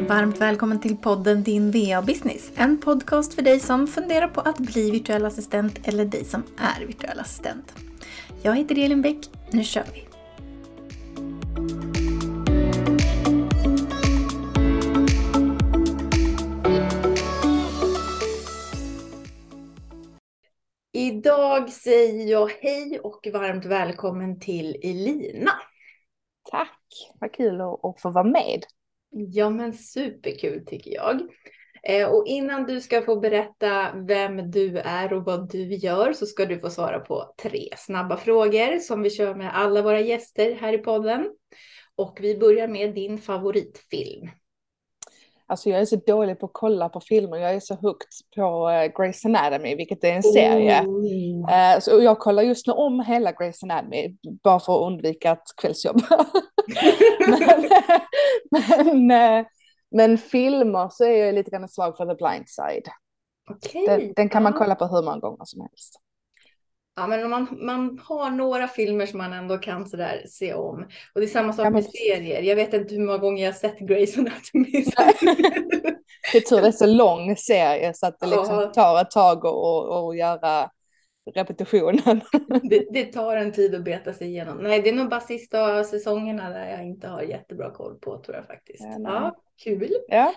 Varmt välkommen till podden Din VA-business. En podcast för dig som funderar på att bli virtuell assistent eller dig som är virtuell assistent. Jag heter Elin Bäck. Nu kör vi! Idag säger jag hej och varmt välkommen till Elina. Tack, vad kul att få vara med. Ja, men superkul tycker jag. Och innan du ska få berätta vem du är och vad du gör så ska du få svara på 3 snabba frågor som vi kör med alla våra gäster här i podden. Och vi börjar med din favoritfilm. Alltså jag är så dålig på att kolla på filmer. Jag är så hooked på Grey's Anatomy, vilket är en serie. Så jag kollar just nu om hela Grey's Anatomy, bara för att undvika ett kvällsjobb. men filmer så är jag lite grann svag för The Blind Side. Okej. Den kan man kolla på hur många gånger som helst. Ja, men om man har några filmer som man ändå kan sådär se om. Och det är samma sak med serier. Jag vet inte hur många gånger jag har sett Grey's Anatomy. Det tror det är så lång serie så att det liksom tar ett tag och göra repetitionen. Det tar en tid att beta sig igenom. Nej, det är nog bara sista säsongerna där jag inte har jättebra koll på, tror jag faktiskt. Ja, kul. Ja.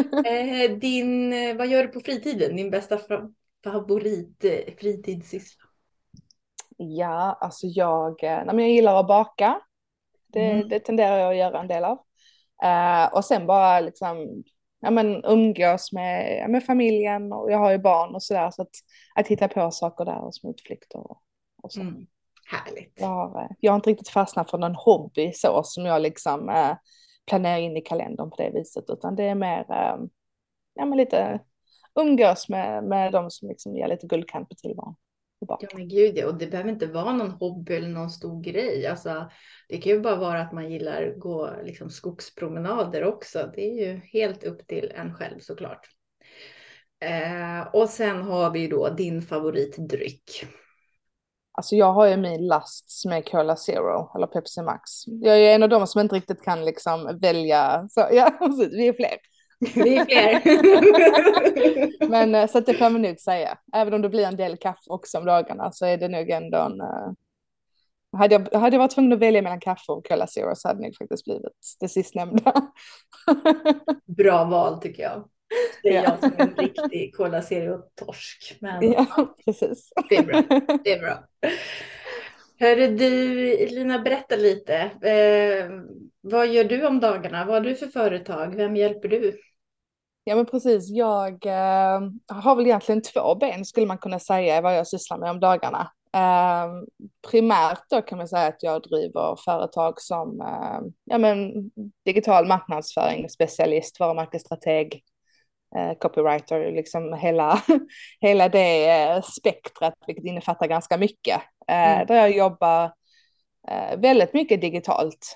Vad gör du på fritiden? Din bästa favorit fritidssyssla? Ja, alltså jag gillar att baka. Det tenderar jag att göra en del av. Och sen bara liksom, umgås med familjen, och jag har ju barn och sådär, så att hitta på saker där och små utflykter och så. Härligt. Jag har inte riktigt fastnat för någon hobby så som jag liksom planerar in i kalendern på det viset, utan det är mer lite umgås med de som liksom ger lite guldkant på tillvaron. Ja, men gud, ja. Och det behöver inte vara någon hobby eller någon stor grej. Alltså, det kan ju bara vara att man gillar att gå liksom skogspromenader också. Det är ju helt upp till en själv såklart. Och sen har vi då din favoritdryck. Alltså jag har ju min last med Cola Zero eller Pepsi Max. Jag är en av dem som inte riktigt kan liksom välja. Så ja, vi är fler. Vi är fler. Men så att det kan man nog säga. Även om det blir en del kaffe också om dagarna så är det nog ändå en... Hade jag varit tvungen att välja mellan kaffe och Cola Zero så hade det nog faktiskt blivit det sistnämnda. Bra val tycker jag. Det är jag som är en riktig Cola Zero-torsk. Men ja, precis. Det är bra. Det är bra. Hörru du, Elina, berätta lite. Vad gör du om dagarna? Vad har du för företag? Vem hjälper du? Ja, men precis. Jag har väl egentligen 2 ben skulle man kunna säga vad jag sysslar med om dagarna. Primärt då kan man säga att jag driver företag som digital marknadsföring, specialist, varumärkesstrateg, copywriter, liksom hela det spektrat, vilket innefattar ganska mycket. Där jag jobbar väldigt mycket digitalt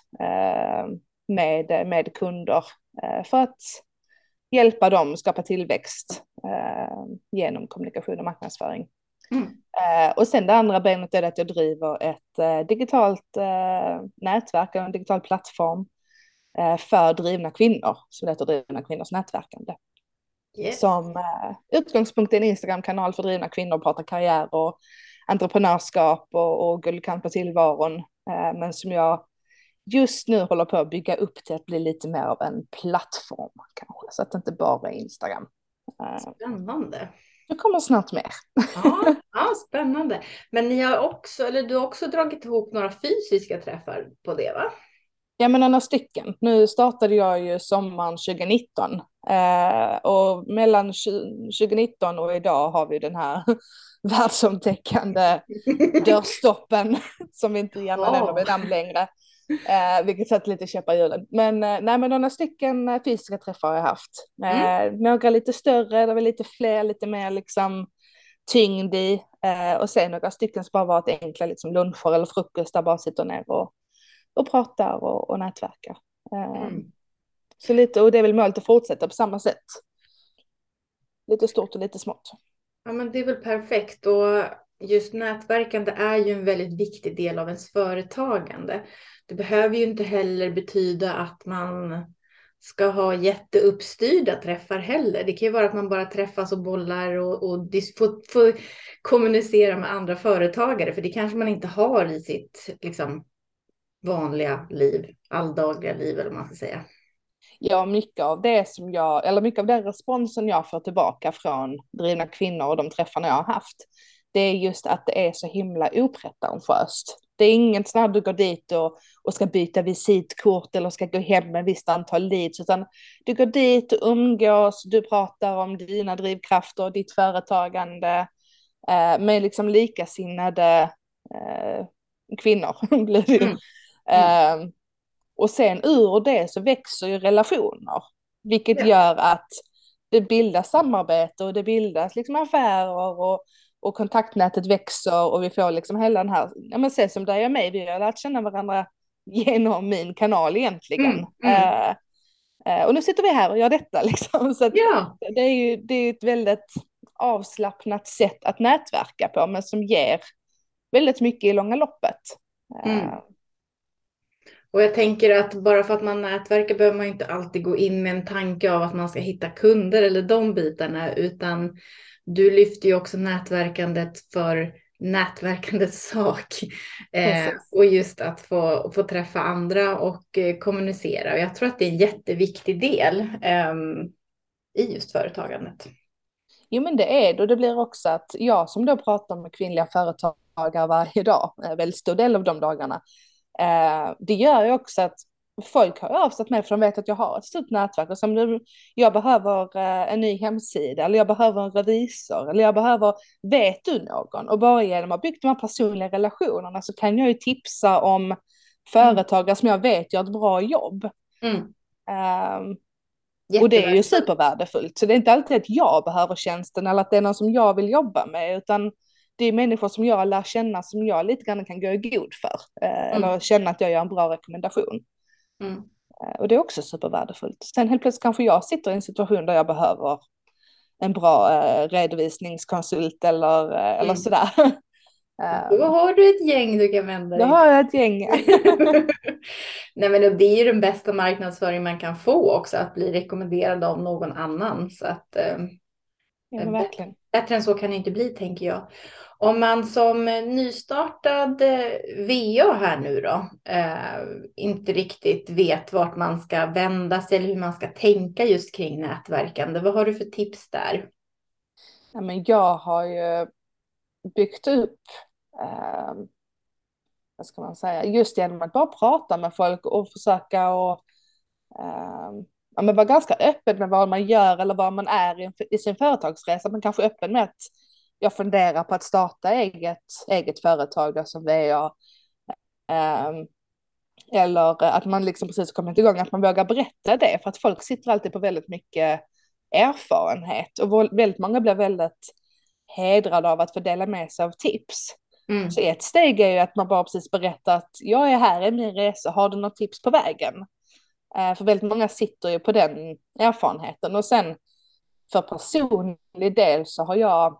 med kunder för att hjälpa dem skapa tillväxt genom kommunikation och marknadsföring. Och sen det andra benet är att jag driver ett digitalt nätverk och en digital plattform för drivna kvinnor som heter Drivna kvinnors nätverkande. Yes. Som utgångspunkt är en Instagram-kanal för drivna kvinnor, pratar karriär och entreprenörskap och guldkant på tillvaron. Men som jag just nu håller på att bygga upp till att bli lite mer av en plattform kanske, så att det inte bara är Instagram. Spännande. Det kommer snart mer. Ja, spännande. Men du har också dragit ihop några fysiska träffar på det, va? Ja, men några stycken. Nu startade jag ju sommaren 2019. Och mellan 2019 och idag har vi den här världsomtäckande dörrstoppen som vi inte gärna nämner med namn längre. Vilket satt lite käppar i hjulen. Men några stycken fysiska träffar har jag haft. Några lite större, det var lite fler, lite mer liksom tyngd i. Och sen några stycken som bara varit enkla liksom luncher eller frukost där bara sitter ner och pratar och nätverkar. Så lite, och det är väl möjligt att fortsätta på samma sätt. Lite stort och lite smått. Ja, men det är väl perfekt. Och just nätverkande är ju en väldigt viktig del av ens företagande. Det behöver ju inte heller betyda att man ska ha jätteuppstyrda träffar heller. Det kan ju vara att man bara träffas och bollar och får kommunicera med andra företagare. För det kanske man inte har i sitt liksom, vanliga liv, alldagliga liv eller vad man ska säga. Ja, mycket av mycket av den responsen jag får tillbaka från drivna kvinnor och de träffarna jag har haft, det är just att det är så himla opretentiöst. Det är inget sånt du går dit och ska byta visitkort eller ska gå hem med ett visst antal leads, utan du går dit och umgås, du pratar om dina drivkrafter och ditt företagande med liksom likasinnade kvinnor blir det ju. Mm. Mm. Och sen ur det så växer ju relationer, vilket Ja. gör att det bildas samarbete och det bildas liksom affärer och kontaktnätet växer och vi får liksom hela den här, ja men se som dig och mig, vi har lärt känna varandra genom min kanal egentligen. Mm. Mm. Och nu sitter vi här och gör detta liksom. Så att Ja. det är ett väldigt avslappnat sätt att nätverka på, men som ger väldigt mycket i långa loppet. Mm. Och jag tänker att bara för att man nätverkar behöver man ju inte alltid gå in med en tanke av att man ska hitta kunder eller de bitarna, utan du lyfter ju också nätverkandet för nätverkandets sak. Och just att få träffa andra och kommunicera. Och jag tror att det är en jätteviktig del i just företagandet. Jo men det är det, och det blir också att jag som då pratar med kvinnliga företagare varje dag, väldigt stor del av de dagarna, det gör ju också att folk har avsatt mig för de vet att jag har ett stort nätverk och som jag behöver en ny hemsida eller jag behöver en revisor eller jag behöver, vet du någon? Och bara genom att bygga de här personliga relationerna så kan jag ju tipsa om företagare som jag vet gör ett bra jobb. Mm. Och det är ju supervärdefullt. Så det är inte alltid att jag behöver tjänsten eller att det är någon som jag vill jobba med, utan det är människor som jag lär känna som jag lite grann kan gå i god för. Eller känna att jag gör en bra rekommendation. Mm. Och det är också supervärdefullt. Sen helt plötsligt kanske jag sitter i en situation där jag behöver en bra redovisningskonsult eller sådär. Då har du ett gäng du kan vända dig. Då har jag ett gäng. Nej, men det är ju den bästa marknadsföring man kan få också, att bli rekommenderad av någon annan. Så att, Ja, men verkligen. Bättre än så kan det inte bli, tänker jag. Om man som nystartad VA här nu då inte riktigt vet vart man ska vända sig eller hur man ska tänka just kring nätverkande. Vad har du för tips där? Ja, men jag har ju byggt upp, vad ska man säga, just genom att bara prata med folk och försöka och ja, men vara ganska öppen med vad man gör eller vad man är i sin företagsresa. Man kanske är öppen med att jag funderar på att starta eget företag då, som VA. Eller att man liksom precis kommit igång, att man vågar berätta det, för att folk sitter alltid på väldigt mycket erfarenhet och väldigt många blir väldigt hedrade av att få dela med sig av tips. Mm. Så ett steg är ju att man bara precis berättar att jag är här i min resa, har du något tips på vägen? För väldigt många sitter ju på den erfarenheten. Och sen för personlig del så har jag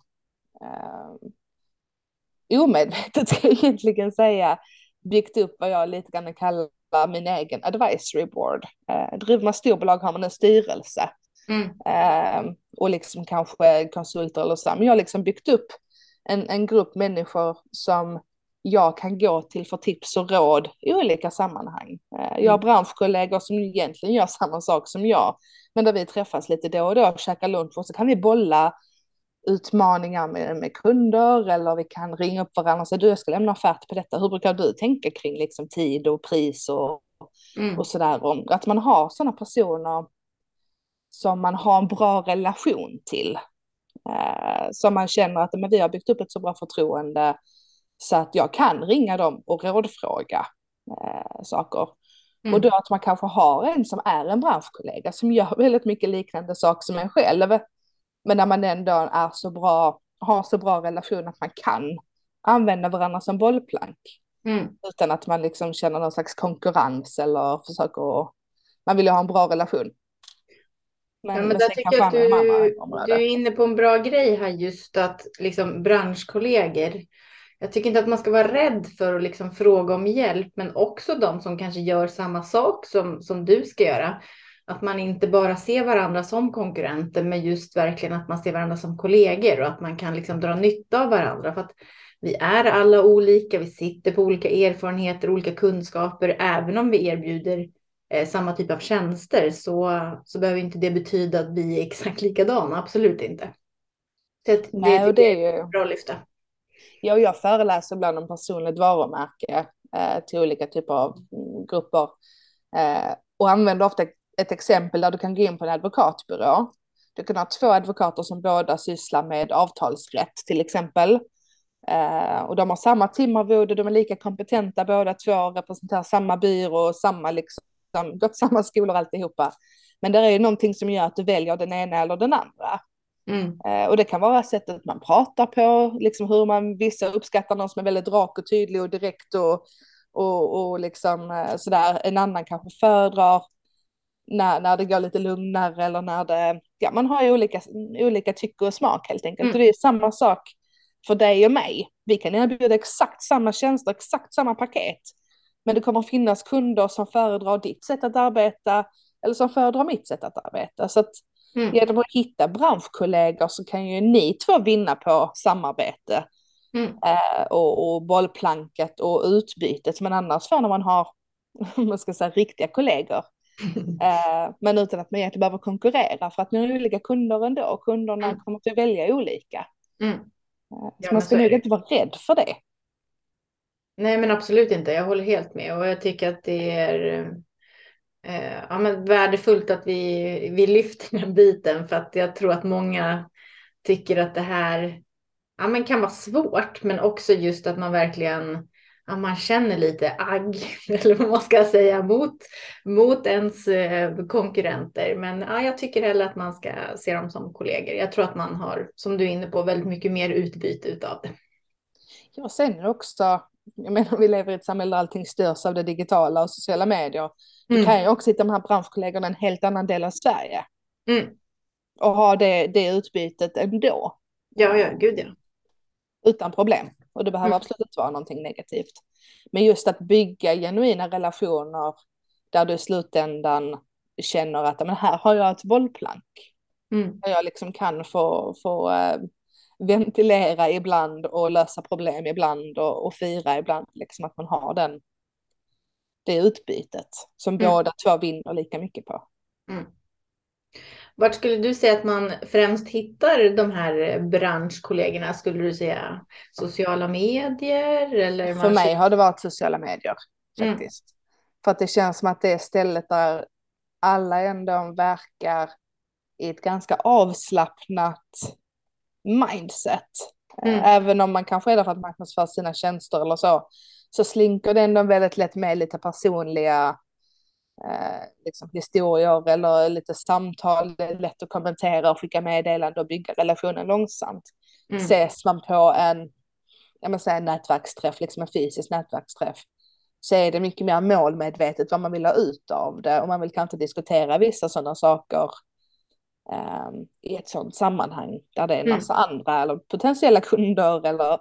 omedvetet, ska jag egentligen säga, byggt upp vad jag lite grann kallar min egen advisory board. Driver man storbolag har man en styrelse. Och liksom kanske konsulter eller så. Men jag har liksom byggt upp en grupp människor som jag kan gå till för tips och råd i olika sammanhang. Jag har branschkollegor som egentligen gör samma sak som jag, men där vi träffas lite då och då och käkar lunch och så kan vi bolla utmaningar med kunder eller vi kan ringa upp varandra och säga du, jag ska lämna offert på detta. Hur brukar du tänka kring liksom tid och pris och sådär? Att man har sådana personer som man har en bra relation till. Som man känner att men vi har byggt upp ett så bra förtroende så att jag kan ringa dem och rådfråga saker. Och då att man kanske har en som är en branschkollega som gör väldigt mycket liknande saker som en själv. Men när man ändå är så bra, har så bra relation att man kan använda varandra som bollplank. Utan att man liksom känner någon slags konkurrens eller försöker, man vill ju ha en bra relation. Men där tycker jag att du är inne på en bra grej här, just att liksom branschkollegor. Jag tycker inte att man ska vara rädd för att liksom fråga om hjälp, men också de som kanske gör samma sak som du ska göra. Att man inte bara ser varandra som konkurrenter, men just verkligen att man ser varandra som kollegor och att man kan liksom dra nytta av varandra. För att vi är alla olika, vi sitter på olika erfarenheter, olika kunskaper. Även om vi erbjuder samma typ av tjänster så behöver inte det betyda att vi är exakt likadana, absolut inte. Så det Nej, och tycker det jag är är ju, bra att lyfta. jag föreläser ibland om personligt varumärke till olika typer av grupper. Och använder ofta ett exempel där du kan gå in på en advokatbyrå. Du kan ha 2 advokater som båda sysslar med avtalsrätt till exempel. Och de har samma timarvode, de är lika kompetenta båda två, representerar samma byrå, samma liksom, gått samma skolor alltihopa. Men det är ju någonting som gör att du väljer den ena eller den andra. Mm. Och det kan vara sättet man pratar på, liksom hur man, vissa uppskattar någon som är väldigt rak och tydlig och direkt och liksom sådär. En annan kanske föredrar när det går lite lugnare eller när det, ja man har ju olika tycke och smak helt enkelt. Och det är samma sak för dig och mig. Vi kan erbjuda exakt samma tjänster, exakt samma paket. Men det kommer finnas kunder som föredrar ditt sätt att arbeta eller som föredrar mitt sätt att arbeta. Så att genom att hitta branschkollegor så kan ju ni två vinna på samarbete och bollplanket och utbytet. Men annars för när man har man ska säga, riktiga kollegor. Men utan att man egentligen behöver konkurrera för att ni har olika kunder ändå och kunderna kommer att välja olika. Så Ja, man men ska så är nog det. inte vara rädd för det. Nej, men absolut inte. Jag håller helt med och jag tycker att det är ja, men värdefullt att vi lyfter den biten, för att jag tror att många tycker att det här ja, men kan vara svårt, men också just att man verkligen ja, man känner lite agg eller vad man ska säga mot ens konkurrenter. Men ja, jag tycker heller att man ska se dem som kollegor. Jag tror att man har, som du är inne på, väldigt mycket mer utbyte utav det. Ja, sen också, jag menar vi lever i ett samhälle där allting styrs av det digitala och sociala medier. Du kan ju också hitta de här branschkollegorna i en helt annan del av Sverige. Och ha det utbytet ändå. Ja, ja, gud ja. Utan problem. Och det behöver absolut inte vara någonting negativt. Men just att bygga genuina relationer där du i slutändan känner att men här har jag ett bollplank. Där jag liksom kan få ventilera ibland och lösa problem ibland och fira ibland. Liksom att man har det utbytet som båda två vinner lika mycket på. Vart skulle du säga att man främst hittar de här branschkollegorna? Skulle du säga sociala medier? Eller För mig har det varit sociala medier faktiskt. För att det känns som att det är stället där alla ändå verkar i ett ganska avslappnat mindset. Även om man kanske är där för att marknadsföra sina tjänster eller så slinker det ändå väldigt lätt med lite personliga liksom historier eller lite samtal. Det är lätt att kommentera och skicka meddelande och bygga relationen långsamt. Ses man på en nätverksträff, liksom en fysisk nätverksträff, så är det mycket mer målmedvetet vad man vill ha ut av det och man vill kanske diskutera vissa sådana saker i ett sådant sammanhang där det är en massa andra eller potentiella kunder eller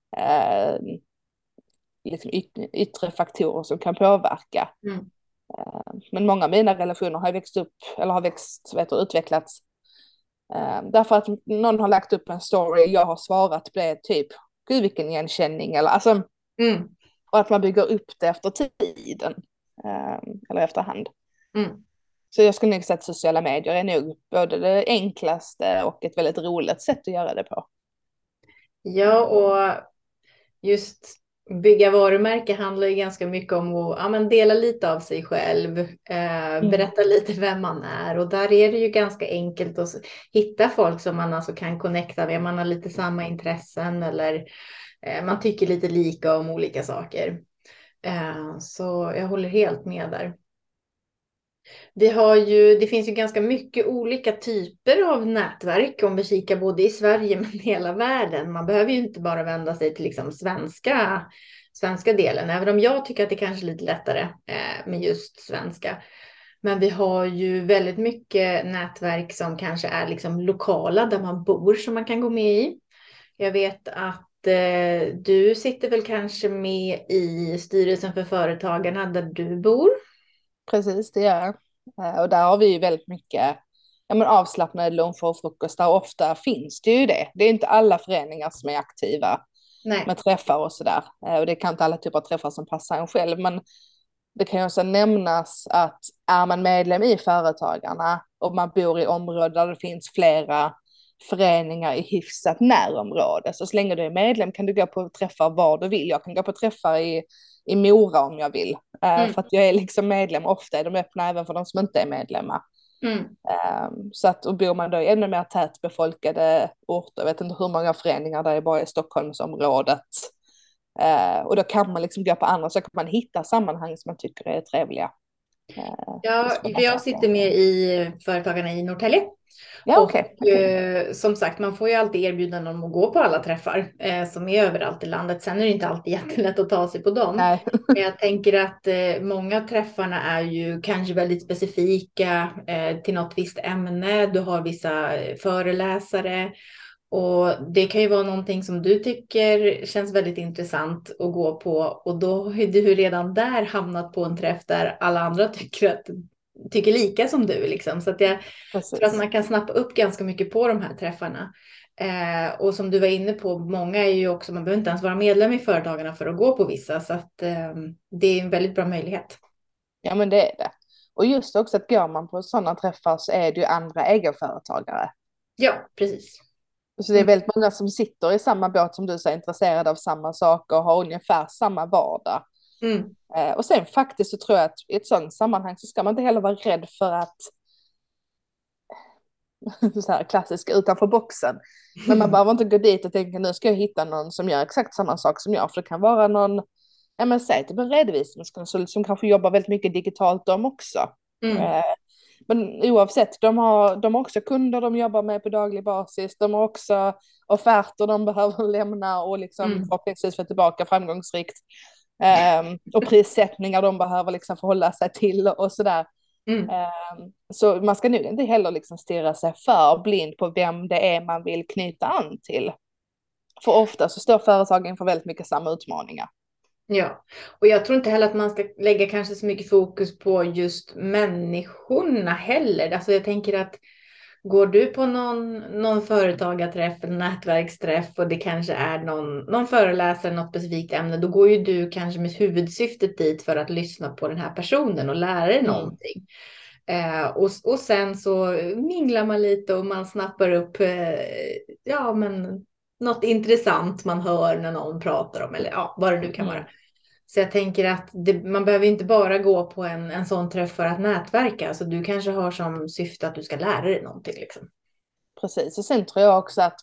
liksom yttre faktorer som kan påverka. Men många av mina relationer har växt upp eller har utvecklats därför att någon har lagt upp en story, jag har svarat på det, typ gud vilken igenkänning eller alltså och att man bygger upp det efter tiden eller efterhand. Så jag skulle nog säga att sociala medier är nog både det enklaste och ett väldigt roligt sätt att göra det på. Ja, och just bygga varumärke handlar ju ganska mycket om att dela lite av sig själv, berätta lite vem man är, och där är det ju ganska enkelt att hitta folk som man alltså kan connecta med, man har lite samma intressen eller man tycker lite lika om olika saker. Så jag håller helt med där. Det finns ju ganska mycket olika typer av nätverk om vi kikar både i Sverige men i hela världen. Man behöver ju inte bara vända sig till liksom svenska delen, även om jag tycker att det kanske är lite lättare med just svenska. Men vi har ju väldigt mycket nätverk som kanske är liksom lokala där man bor som man kan gå med i. Jag vet att du sitter väl kanske med i styrelsen för företagarna där du bor. Precis, det gör jag. Och där har vi ju väldigt mycket avslappnade luncher och frukostar. Ofta finns det ju det. Det är inte alla föreningar som är aktiva Nej. med träffar och sådär. Och det kan inte alla typer av träffar som passar en själv. Men det kan ju också nämnas att är man medlem i Företagarna och man bor i områden där det finns flera föreningar i hyfsat närområde. Så länge du är medlem kan du gå på träffar var du vill. Jag kan gå på träffar i Mora om jag vill. Mm. För att jag är liksom medlem. Ofta är de öppna även för de som inte är medlemmar. Mm. Så att, och bor man då i ännu mer tätbefolkade orter, jag vet inte hur många föreningar det är bara i Stockholmsområdet. Och då kan man liksom gå på andra, så kan man hitta sammanhang som man tycker är trevliga. Ja, för jag sitter med i Företagarna i Norrtälje. Ja, Och okej. som sagt, man får ju alltid erbjudanden om att gå på alla träffar som är överallt i landet. Sen är det inte alltid jättelätt att ta sig på dem. Nej. Men jag tänker att många av träffarna är ju kanske väldigt specifika till något visst ämne. Du har vissa föreläsare. Och det kan ju vara någonting som du tycker känns väldigt intressant att gå på. Och då har du redan där hamnat på en träff där alla andra tycker lika som du. Liksom. Så att jag tror att Precis. man kan snappa upp ganska mycket på de här träffarna. Och som du var inne på, många är ju också, man behöver inte ens vara medlem i Företagarna för att gå på vissa. Så att det är en väldigt bra möjlighet. Ja, men det är det. Och just också att går man på sådana träffar så är det ju andra egenföretagare. Ja, precis. Så det är väldigt många som sitter i samma båt som du är intresserade av samma saker och har ungefär samma vardag. Mm. Och sen faktiskt så tror jag att i ett sådant sammanhang så ska man inte heller vara rädd för att så här klassiska utanför boxen. Men man behöver inte gå dit och tänka nu ska jag hitta någon som gör exakt samma sak som jag. För det kan vara någon, ja men säg typ en redovisningskonsult som kanske jobbar väldigt mycket digitalt de också. Mm. Men oavsett, de har också kunder de jobbar med på daglig basis. De har också offerter de behöver lämna och liksom Mm. förhoppningsvis få tillbaka framgångsrikt. Och prissättningar de behöver liksom förhålla sig till och sådär. Mm. Så man ska nu inte heller liksom stirra sig för blind på vem det är man vill knyta an till. För ofta så står företagen inför väldigt mycket samma utmaningar. Ja, och jag tror inte heller att man ska lägga kanske så mycket fokus på just människorna heller. Alltså jag tänker att går du på någon företagarträff eller nätverksträff och det kanske är någon föreläsare, något specifikt ämne, då går ju du kanske med huvudsyftet dit för att lyssna på den här personen och lära dig någonting. Och sen så minglar man lite och man snappar upp något intressant man hör när någon pratar om eller ja, vad det nu kan vara. Så jag tänker att man behöver inte bara gå på en sån träff för att nätverka. Alltså du kanske har som syfte att du ska lära dig någonting. Liksom. Precis, och sen tror jag också att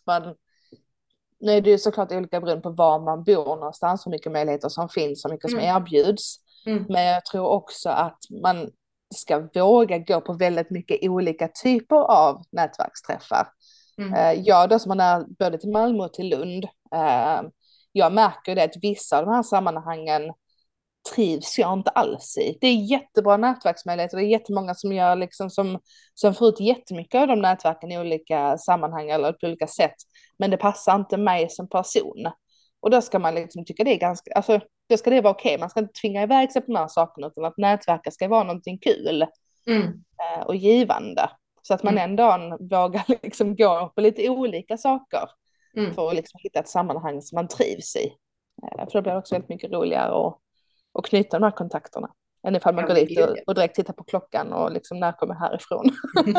nu är det ju såklart olika beroende på var man bor någonstans, hur mycket möjligheter som finns, hur mycket som erbjuds. Mm. Men jag tror också att man ska våga gå på väldigt mycket olika typer av nätverksträffar. Jag då som är både till Malmö och till Lund, jag märker det att vissa av de här sammanhangen trivs jag inte alls i. Det är jättebra nätverksmöjligheter, det är jättemånga som gör liksom som får ut jättemycket av de nätverken i olika sammanhang eller på olika sätt. Men det passar inte mig som person. Och då ska man liksom tycka det är ganska, alltså då ska det vara okej. Man ska inte tvinga iväg sig på de här sakerna utan att nätverka ska vara någonting kul och givande. Så att man ändå vågar liksom gå på lite olika saker för att liksom hitta ett sammanhang som man trivs i. För då blir det också väldigt mycket roligare och knyta de här kontakterna. Än ifall man går dit och direkt tittar på klockan och liksom när kommer jag härifrån.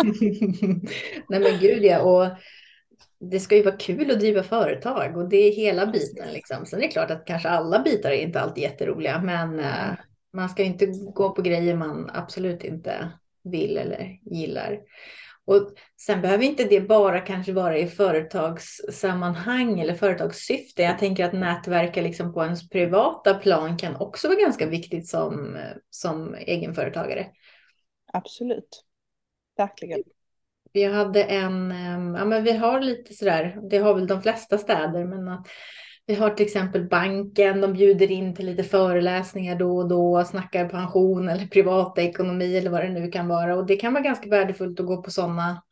Nej men gud ja, och det ska ju vara kul att driva företag och det är hela biten liksom. Sen är det klart att kanske alla bitar är inte alltid jätteroliga, men man ska ju inte gå på grejer man absolut inte vill eller gillar. Och sen behöver inte det bara kanske vara i företagssammanhang eller företagssyfte. Jag tänker att nätverka liksom på ens privata plan kan också vara ganska viktigt som egenföretagare. Absolut. Verkligen. Vi hade men vi har lite sådär, det har väl de flesta städer, men att vi har till exempel banken, de bjuder in till lite föreläsningar då och då, snackar pension eller privata ekonomi eller vad det nu kan vara. Och det kan vara ganska värdefullt att gå på sådana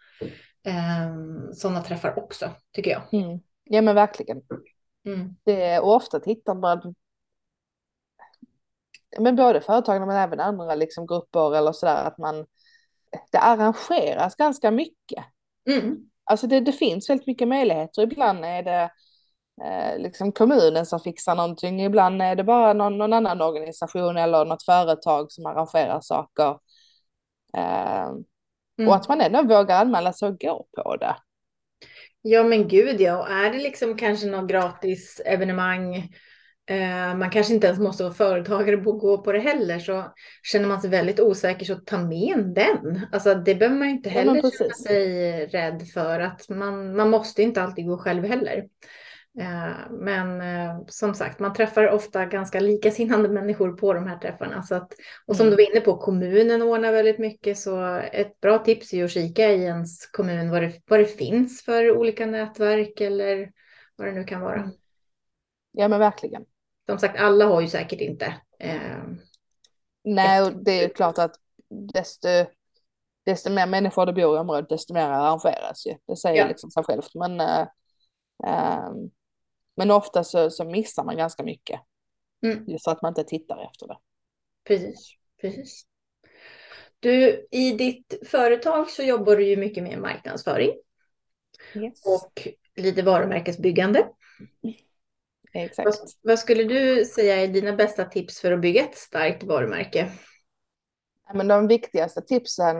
träffar också, tycker jag. Ja men verkligen. Och ofta tittar man, men både företagen men även andra liksom grupper eller sådär, att man det arrangeras ganska mycket. Mm. Alltså det finns väldigt mycket möjligheter. Ibland är det liksom kommunen som fixar någonting. Ibland är det bara någon annan organisation eller något företag som arrangerar saker. Eh, och Mm. att man ändå vågar anmäla sig och gå på det. Ja men gud ja, och är det liksom kanske något gratis evenemang, man kanske inte ens måste vara företagare och gå på det heller, så känner man sig väldigt osäker så ta med en vän. Alltså det behöver man ju inte Ja men heller känna precis. sig rädd för, att man måste inte alltid gå själv heller. Men som sagt, man träffar ofta ganska likasinnande människor på de här träffarna. Så att, och som du Mm. var inne på, kommunen ordnar väldigt mycket. Så ett bra tips är ju att kika i ens kommun vad det finns för olika nätverk eller vad det nu kan vara. Mm. Ja men verkligen. Som sagt, alla har ju säkert inte Nej, ett. och det är ju klart att desto, desto mer människor det bor i området, desto mer arrangeras ju. Det säger Ja, liksom sig självt. Eh, men ofta så missar man ganska mycket. mm, Just för att man inte tittar efter det. precis, precis. Du, i ditt företag så jobbar du ju mycket med marknadsföring Yes. och lite varumärkesbyggande. Vad, Exakt. vad skulle du säga är dina bästa tips för att bygga ett starkt varumärke? Ja, men de viktigaste tipsen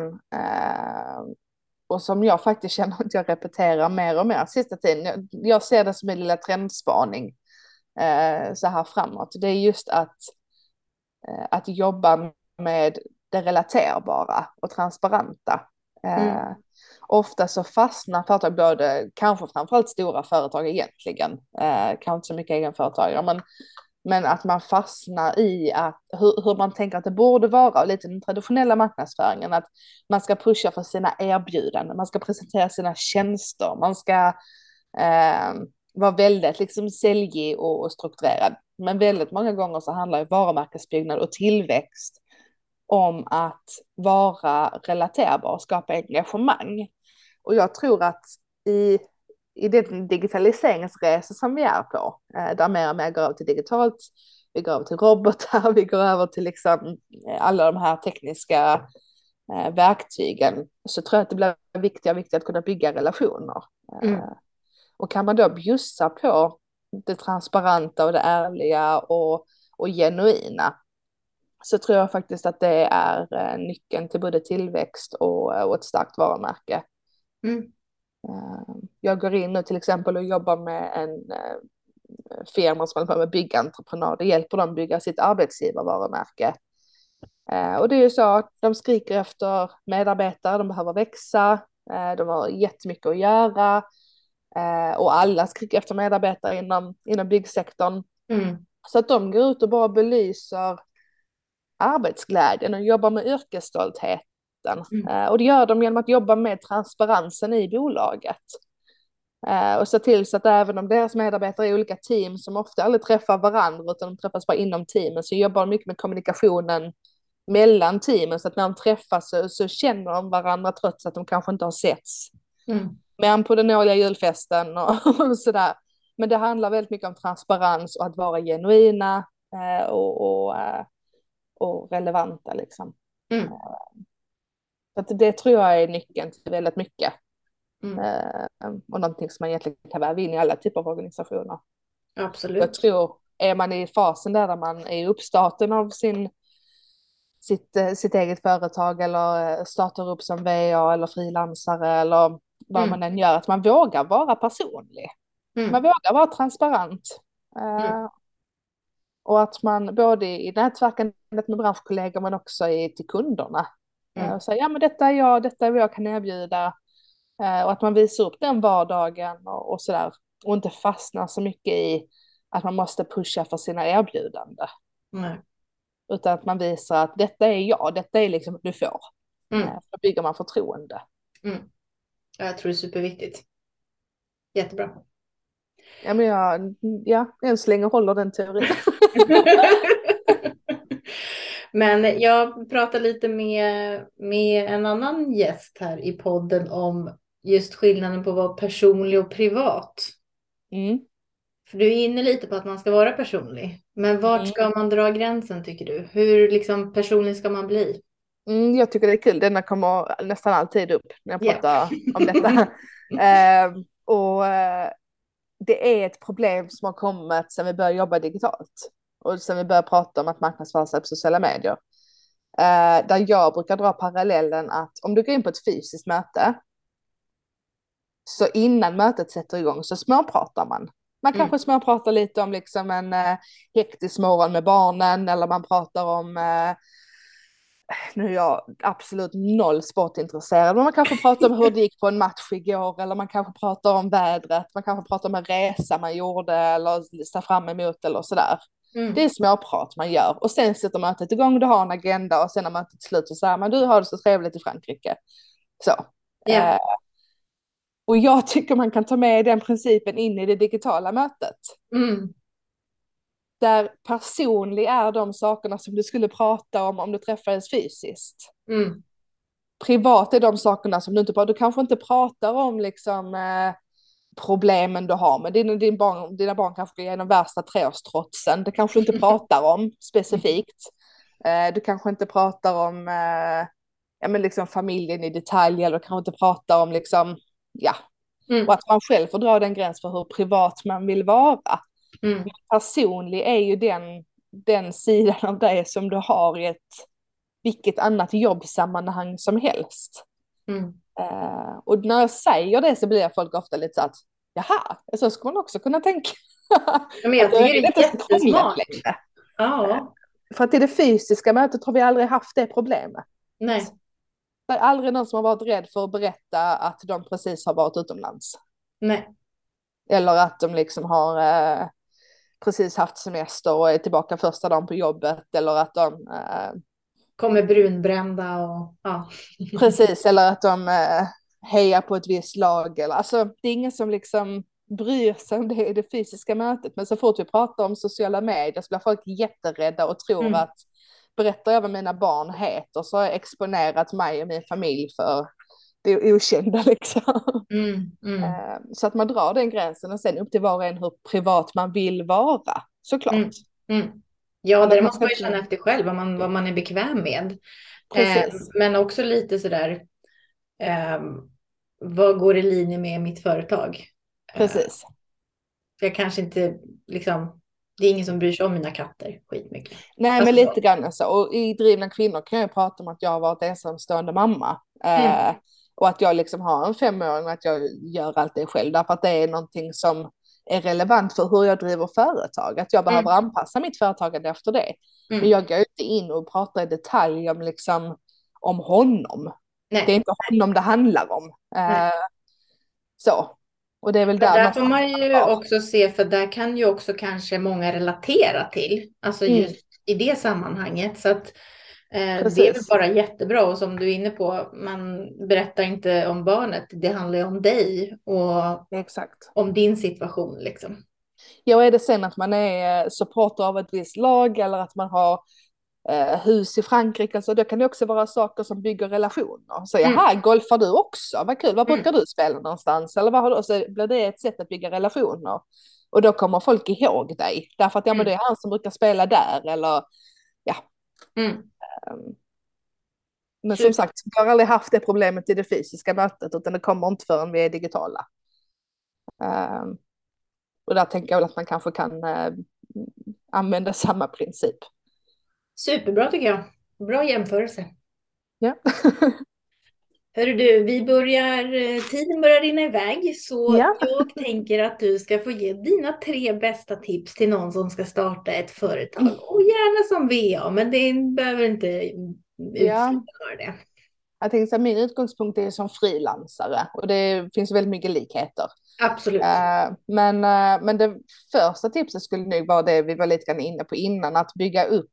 och som jag faktiskt känner att jag repeterar mer och mer sista tiden. Jag ser det som en lilla trendspaning så här framåt. Det är just att jobba med det relaterbara och transparenta. Mm, Ofta så fastnar företag, både kanske framförallt stora företag egentligen, kanske inte så mycket egenföretagare, men att man fastnar i att, hur man tänker att det borde vara, och lite den traditionella marknadsföringen, att man ska pusha för sina erbjudanden, man ska presentera sina tjänster, man ska vara väldigt liksom säljig och strukturerad. Men väldigt många gånger så handlar ju varumärkesbyggnad och tillväxt om att vara relaterbar och skapa engagemang. Och jag tror att i den digitaliseringsresa som vi är på, där mer och mer går över till digitalt, vi går över till robotar, vi går över till liksom alla de här tekniska verktygen, så tror jag att det blir viktigt att kunna bygga relationer. mm, Och kan man då bjussa på det transparenta och det ärliga och genuina, så tror jag faktiskt att det är nyckeln till både tillväxt och ett starkt varumärke. mm, Jag går in nu till exempel och jobbar med en firma som håller på med byggentreprenad. Det hjälper dem bygga sitt arbetsgivarvarumärke. Och det är ju så att de skriker efter medarbetare, de behöver växa, de har jättemycket att göra och alla skriker efter medarbetare inom byggsektorn. mm, Så att de går ut och bara belyser arbetsglädjen och jobbar med yrkesstoltheten. mm, Och det gör de genom att jobba med transparensen i bolaget. Och se till så att även om deras medarbetare är i olika team som ofta aldrig träffar varandra utan de träffas bara inom teamen, så jobbar de mycket med kommunikationen mellan teamen, så att när de träffas så känner de varandra trots att de kanske inte har setts. mm, Men på den årliga julfesten och sådär. Men det handlar väldigt mycket om transparens och att vara genuina och relevanta liksom. mm, Så att det tror jag är nyckeln till väldigt mycket. mm. Och någonting som man egentligen kan väva in i alla typer av organisationer. Jag Absolut. tror, är man i fasen där man är i uppstarten av sitt eget företag eller startar upp som VA eller frilansare eller vad Mm, man än gör, att man vågar vara personlig. Man mm, vågar vara transparent. mm, Och att man både i nätverkandet med branschkollegor men också till kunderna mm, säger, ja men detta är jag, detta är vad jag kan erbjuda. Och att man visar upp den vardagen och sådär. Och inte fastnar så mycket i att man måste pusha för sina erbjudanden. nej, Utan att man visar att detta är jag, detta är liksom vad du får. mm, Då bygger man förtroende. mm. Jag tror det är superviktigt. Jättebra. Ja, men än så länge håller den teorin. Men jag pratade lite med en annan gäst här i podden om just skillnaden på att vara personlig och privat. Mm. För du är inne lite på att man ska vara personlig. Men vart Mm. ska man dra gränsen tycker du? Hur liksom personlig ska man bli? Jag tycker det är kul, denna kommer nästan alltid upp när jag Ja. pratar om detta. Eh, och det är ett problem som har kommit sedan vi började jobba digitalt. Och sen vi började prata om att marknadsföra sig på sociala medier. Där jag brukar dra parallellen att om du går in på ett fysiskt möte, så innan mötet sätter igång så småpratar man. Man Mm. kanske småpratar lite om liksom en hektisk morgon med barnen, eller man pratar om, nu är jag absolut noll sportintresserad, men man kanske pratar om hur det gick på en match igår, eller man kanske pratar om vädret, man kanske pratar om en resa man gjorde eller ser fram emot eller sådär. Det är Mm. småprat man gör och sen sätter mötet igång, du har en agenda och sen när mötet slut så säger man du har det så trevligt i Frankrike. Så. Ja. Och jag tycker man kan ta med den principen in i det digitala mötet. Mm. Där personlig är de sakerna som du skulle prata om du träffades fysiskt. Mm. Privat är de sakerna som du inte pratar om. Du kanske inte pratar om liksom, problemen du har med dina barn kanske går igenom värsta treårstrotsen. Det kanske du inte pratar om specifikt. Du kanske inte pratar om ja, men liksom familjen i detalj, eller du kanske inte pratar om liksom, ja, och Mm. att man själv får dra den gräns för hur privat man vill vara. Mm. Personlig är ju den sidan av dig som du har i vilket annat jobbsammanhang som helst. Mm. Och när jag säger det så blir folk ofta lite så att jaha, så skulle man också kunna tänka. Ja, men Att jag det tycker är det är inte så krångligt jättesmart. längre. Ja. För att i det fysiska mötet har vi aldrig haft det problemet. Nej. Det är aldrig någon som har varit rädd för att berätta att de precis har varit utomlands. Nej. Eller att de liksom har precis haft semester och är tillbaka första dagen på jobbet. Eller att de Kommer brunbrända och ja. precis, eller att de hejar på ett visst lag. Eller, alltså, det är ingen som liksom bryr sig om det i det fysiska mötet. Men så fort vi pratar om sociala medier så blir folk jätterädda och tror Mm. att berättar jag vad mina barn heter så har jag exponerat mig och min familj för det okända liksom. Mm. Mm. Så att man drar den gränsen och sen upp till var och en hur privat man vill vara, såklart. Mm. Mm. Ja, Men det att man måste ska man ju inte... känna efter själv, vad man är bekväm med. Precis, Men också lite sådär, eh, vad går i linje med mitt företag? Eh, precis. för jag kanske inte, liksom, det är ingen som bryr sig om mina katter skitmycket. Nej, men Alltså lite så. grann så. Och i Drivna kvinnor kan jag prata om att jag har varit ensamstående mamma. Mm. Och att jag liksom har en 5-åring och att jag gör allt det själv. Därför att det är någonting som är relevant för hur jag driver företag. Att jag behöver Mm. anpassa mitt företagande efter det. Men Mm. jag går inte in och pratar i detalj om, liksom, om honom. Det är Nej. inte honom det handlar om. Nej. Så. Och det är väl Men där där får någonstans man man ju har. också se, för där kan ju också kanske många relatera till, alltså Mm, just i det sammanhanget. Så att det är väl precis. bara jättebra. Och som du är inne på, man berättar inte om barnet, det handlar ju om dig och Exakt. om din situation liksom. Ja, är det sen att man är supporter av ett visst lag eller att man har hus i Frankrike, alltså, då kan det också vara saker som bygger relationer. Så Mm. jaha, golfar du också? Vad kul, var brukar Mm. du spela någonstans? Eller vad har du? Så blir det ett sätt att bygga relationer. Och då kommer folk ihåg dig. Därför att ja, men det Mm. är han som brukar spela där. Eller ja. Mm. ehm, Men som Super. sagt, jag har aldrig haft det problemet i det fysiska mötet, utan det kommer inte förrän vi är digitala. Ehm, Och där tänker jag väl att man kanske kan använda samma princip. Superbra tycker jag. Bra jämförelse. Ja. Hörru du, tiden börjar rinna iväg, så Ja. jag tänker att du ska få ge dina 3 bästa tips till någon som ska starta ett företag. Och gärna som VA, men det behöver inte Ja. utesluta för det. Jag tänker att min utgångspunkt är som frilansare och det finns väldigt mycket likheter. Absolut. Men det första tipset skulle nog vara det vi var lite grann inne på innan, att bygga upp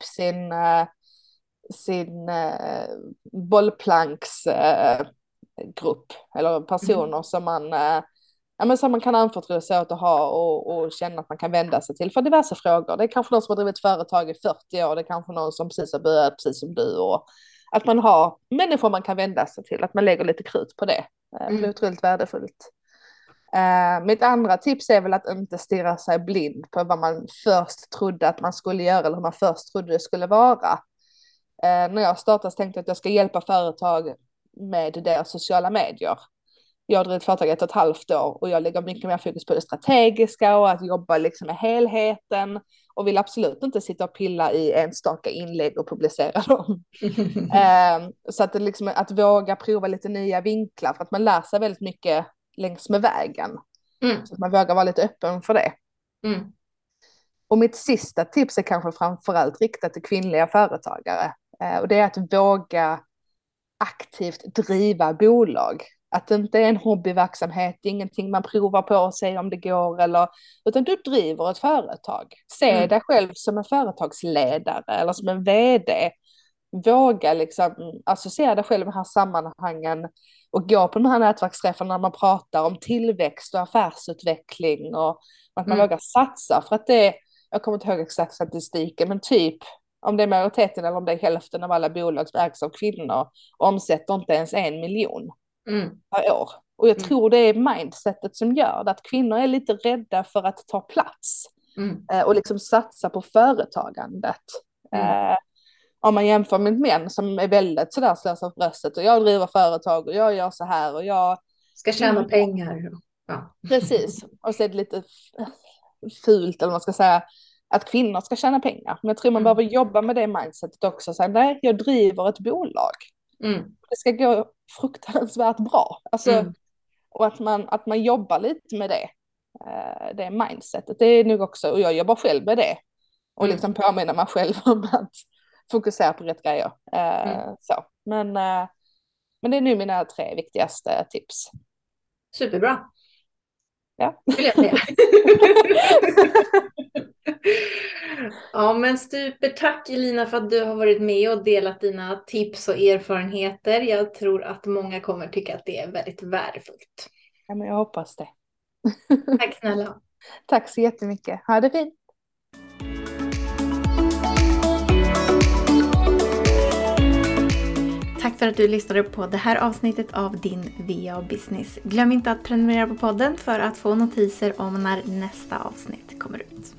sin bollplanksgrupp eller Mm. personer som ja, men som man kan anförtro sig åt att ha och känna att man kan vända sig till för diverse frågor. Det är kanske någon som har drivit företag i 40 år, det är kanske någon som precis har börjat precis som du. Och att man har människor man kan vända sig till, att man lägger lite krut på det. För det är Mm. otroligt värdefullt. Mitt andra tips är väl att inte stirra sig blind på vad man först trodde att man skulle göra eller hur man först trodde det skulle vara. När jag startade så tänkte jag att jag ska hjälpa företag med deras sociala medier. Jag har drivit företag 1,5 år och jag lägger mycket mer fokus på det strategiska och att jobba liksom med helheten och vill absolut inte sitta och pilla i enstaka inlägg och publicera dem. Så att, det liksom, att våga prova lite nya vinklar, för att man lär sig väldigt mycket längs med vägen. Så att man vågar vara lite öppen för det. Och mitt sista tips är kanske framförallt riktat till kvinnliga företagare. Och det är att våga aktivt driva bolag. Att det inte är en hobbyverksamhet, det är ingenting man provar på och ser om det går, utan du driver ett företag. Se dig själv som en företagsledare eller som en vd. Våga liksom associera dig själv i de här sammanhangen och gå på de här nätverksträffarna när man pratar om tillväxt och affärsutveckling och att man vågar satsa, för att det, jag kommer inte ihåg exakt statistiken, men typ om det är majoriteten eller om det är hälften av alla bolag som ägs av kvinnor omsätter inte ens 1 miljon per år. Och jag tror det är mindsetet som gör det, att kvinnor är lite rädda för att ta plats och liksom satsa på företagandet. Om man jämför med män som är väldigt sådär slösar på bröstet och jag driver företag och jag gör så här och jag ska tjäna pengar. Ja. Precis, och så är det lite fult eller man ska säga att kvinnor ska tjäna pengar. Men jag tror man behöver jobba med det mindsetet också. Så nej, jag driver ett bolag. Det ska gå fruktansvärt bra. Alltså, och att man jobbar lite med det mindsetet. Det är nog också, och jag jobbar själv med det. Och liksom påminna mig själv om att fokusera på rätt grejer. Så. Men det är nu mina 3 viktigaste tips. Superbra. Ja. Vill jag säga. Ja, men supertack Elina för att du har varit med och delat dina tips och erfarenheter. Jag tror att många kommer tycka att det är väldigt värdefullt. Ja, men jag hoppas det. Tack snälla. Tack så jättemycket. Ha det fint. Tack för att du lyssnade på det här avsnittet av din VA Business. Glöm inte att prenumerera på podden för att få notiser om när nästa avsnitt kommer ut.